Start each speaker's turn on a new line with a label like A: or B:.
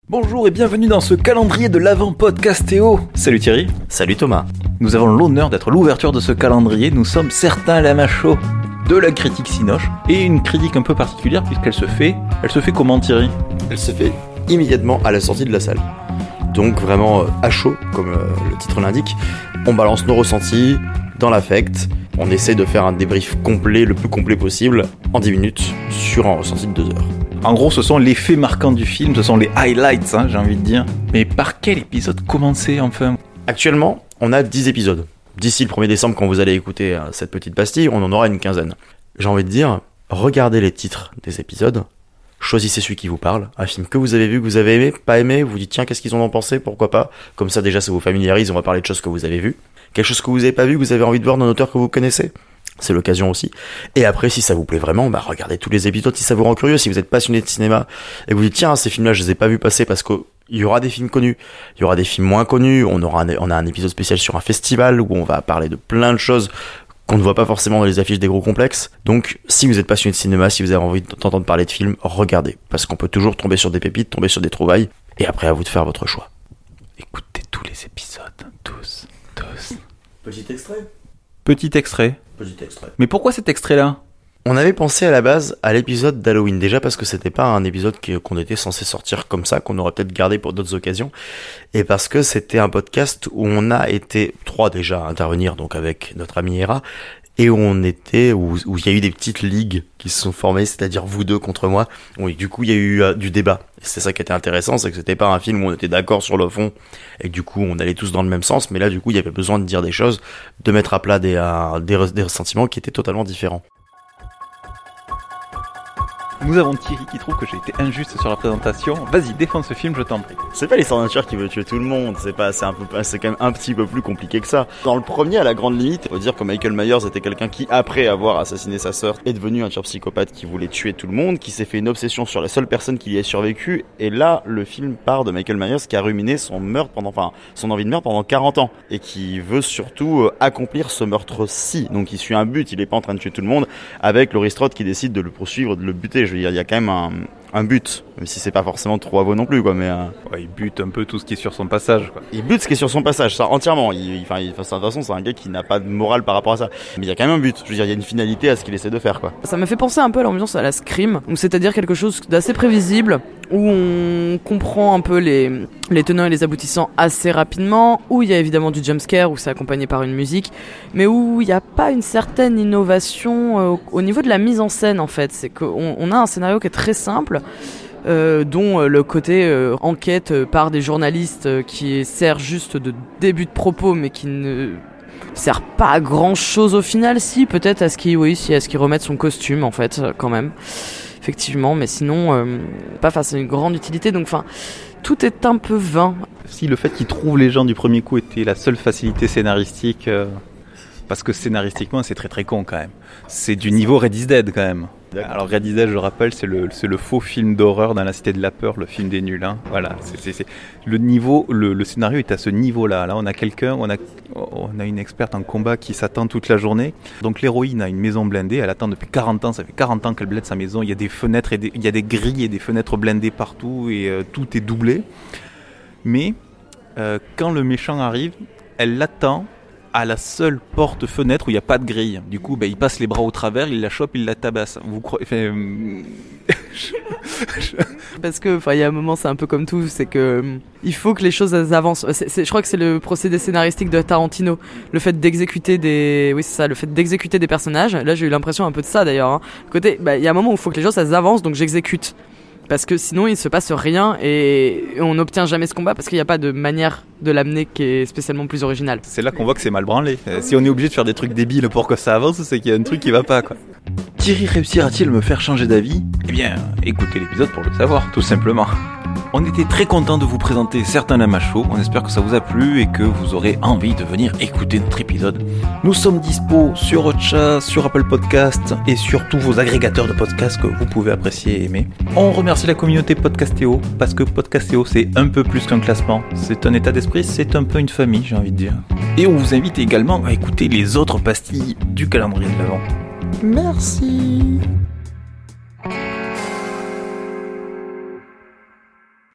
A: Bonjour et bienvenue dans ce calendrier de l'Avent Podcastéo. Salut Thierry.
B: Salut Thomas.
A: Nous avons l'honneur d'être l'ouverture de ce calendrier. Nous sommes certains Lamacho de la critique Cinoche. Et une critique un peu particulière puisqu'elle se fait... Elle se fait comment Thierry ?
B: Elle se fait immédiatement à la sortie de la salle. Donc vraiment à chaud, comme le titre l'indique. On balance nos ressentis dans l'affect. On essaie de faire un débrief complet, le plus complet possible, en 10 minutes, sur un ressenti de 2 heures.
A: En gros, ce sont les faits marquants du film, ce sont les highlights, j'ai envie de dire. Mais par quel épisode commencer, enfin ?
B: Actuellement, on a 10 épisodes. D'ici le 1er décembre, quand vous allez écouter cette petite pastille, on en aura une quinzaine. J'ai envie de dire, regardez les titres des épisodes, choisissez celui qui vous parle, un film que vous avez vu, que vous avez aimé, pas aimé, vous dites tiens, qu'est-ce qu'ils en ont pensé, pourquoi pas. Comme ça, déjà, ça vous familiarise, on va parler de choses que vous avez vues. Quelque chose que vous n'avez pas vu, que vous avez envie de voir d'un auteur que vous connaissez. C'est l'occasion aussi. Et après, si ça vous plaît vraiment, regardez tous les épisodes si ça vous rend curieux. Si vous êtes passionné de cinéma et que vous dites tiens, ces films-là, je les ai pas vus passer parce qu'il y aura des films connus, il y aura des films moins connus. On a un épisode spécial sur un festival où on va parler de plein de choses qu'on ne voit pas forcément dans les affiches des gros complexes. Donc, si vous êtes passionné de cinéma, si vous avez envie d'entendre parler de films, regardez. Parce qu'on peut toujours tomber sur des pépites, tomber sur des trouvailles. Et après, à vous de faire votre choix.
A: Écoutez tous les épisodes, tous.
B: Petit extrait.
A: Petit extrait. Mais pourquoi cet extrait-là ?
B: On avait pensé à la base à l'épisode d'Halloween, déjà parce que c'était pas un épisode qu'on était censé sortir comme ça, qu'on aurait peut-être gardé pour d'autres occasions, et parce que c'était un podcast où on a été 3 déjà à intervenir, donc avec notre ami Hera, et où il y a eu des petites ligues qui se sont formées, c'est-à-dire vous deux contre moi. Oui, du coup il y a eu du débat. Et c'est ça qui était intéressant, c'est que c'était pas un film où on était d'accord sur le fond, et du coup on allait tous dans le même sens, mais là du coup il y avait besoin de dire des choses, de mettre à plat des ressentiments qui étaient totalement différents.
A: Nous avons Thierry qui trouve que j'ai été injuste sur la présentation. Vas-y, défends ce film, je t'en prie.
B: C'est pas l'histoire d'un tueur qui veut tuer tout le monde, c'est quand même un petit peu plus compliqué que ça. Dans le premier, à la grande limite, on peut dire que Michael Myers était quelqu'un qui, après avoir assassiné sa sœur, est devenu un tueur psychopathe qui voulait tuer tout le monde, qui s'est fait une obsession sur la seule personne qui y ait survécu, et là, le film part de Michael Myers qui a ruminé son envie de meurtre pendant 40 ans, et qui veut surtout accomplir ce meurtre-ci. Donc il suit un but, il est pas en train de tuer tout le monde, avec Laurie Strode qui décide de le poursuivre, de le buter. Je veux dire, il y a quand même un but, même si c'est pas forcément trop avoué non plus, quoi, mais...
A: Ouais, il bute un peu tout ce qui est sur son passage, quoi.
B: Il bute ce qui est sur son passage, ça, entièrement. De toute façon, c'est un gars qui n'a pas de morale par rapport à ça. Mais il y a quand même un but, je veux dire, il y a une finalité à ce qu'il essaie de faire, quoi.
C: Ça me fait penser un peu à l'ambiance à la Scream, c'est-à-dire quelque chose d'assez prévisible, où on comprend un peu les tenants et les aboutissants assez rapidement, où il y a évidemment du jumpscare, où c'est accompagné par une musique, mais où il n'y a pas une certaine innovation au niveau de la mise en scène, en fait. C'est qu'on a un scénario qui est très simple, dont le côté enquête par des journalistes qui sert juste de début de propos, mais qui ne sert pas à grand chose au final, si peut-être à ce qu'il remette son costume, en fait, quand même, effectivement, mais sinon pas face à une grande utilité. Donc tout est un peu vain.
A: Si le fait qu'il trouve les gens du premier coup était la seule facilité scénaristique, parce que scénaristiquement c'est très très con quand même, c'est du niveau Red is Dead quand même. D'accord. Alors Red is Dead, je rappelle, c'est le faux film d'horreur dans la cité de la peur, le film des nuls, Voilà, c'est le niveau, le scénario est à ce niveau-là. Là, on a une experte en combat qui s'attend toute la journée. Donc l'héroïne a une maison blindée, elle attend depuis 40 ans, ça fait 40 ans qu'elle blinde sa maison, il y a des fenêtres il y a des grilles et des fenêtres blindées partout et tout est doublé. Mais quand le méchant arrive, elle l'attend à la seule porte-fenêtre où il n'y a pas de grille. Du coup, il passe les bras au travers, il la chope, il la tabasse. Vous croyez...
C: Parce que, il y a un moment, c'est un peu comme tout, c'est que il faut que les choses avancent. Je crois que c'est le procédé scénaristique de Tarantino, le fait d'exécuter des personnages. Là, j'ai eu l'impression un peu de ça d'ailleurs. Côté, il y a un moment où il faut que les choses avancent, donc j'exécute. Parce que sinon il se passe rien et on n'obtient jamais ce combat parce qu'il n'y a pas de manière de l'amener qui est spécialement plus originale.
A: C'est là qu'on voit que c'est mal branlé. Si on est obligé de faire des trucs débiles pour que ça avance, c'est qu'il y a un truc qui va pas, quoi. Thierry réussira-t-il me faire changer d'avis ? Eh bien, écoutez l'épisode pour le savoir, tout simplement. On était très content de vous présenter certains Lamacho. On espère que ça vous a plu et que vous aurez envie de venir écouter notre épisode. Nous sommes dispo sur Ocha, sur Apple Podcast et sur tous vos agrégateurs de podcasts que vous pouvez apprécier et aimer. On remercie la communauté Podcastéo parce que Podcastéo c'est un peu plus qu'un classement. C'est un état d'esprit, c'est un peu une famille, j'ai envie de dire. Et on vous invite également à écouter les autres pastilles du calendrier de l'Avent.
B: Merci.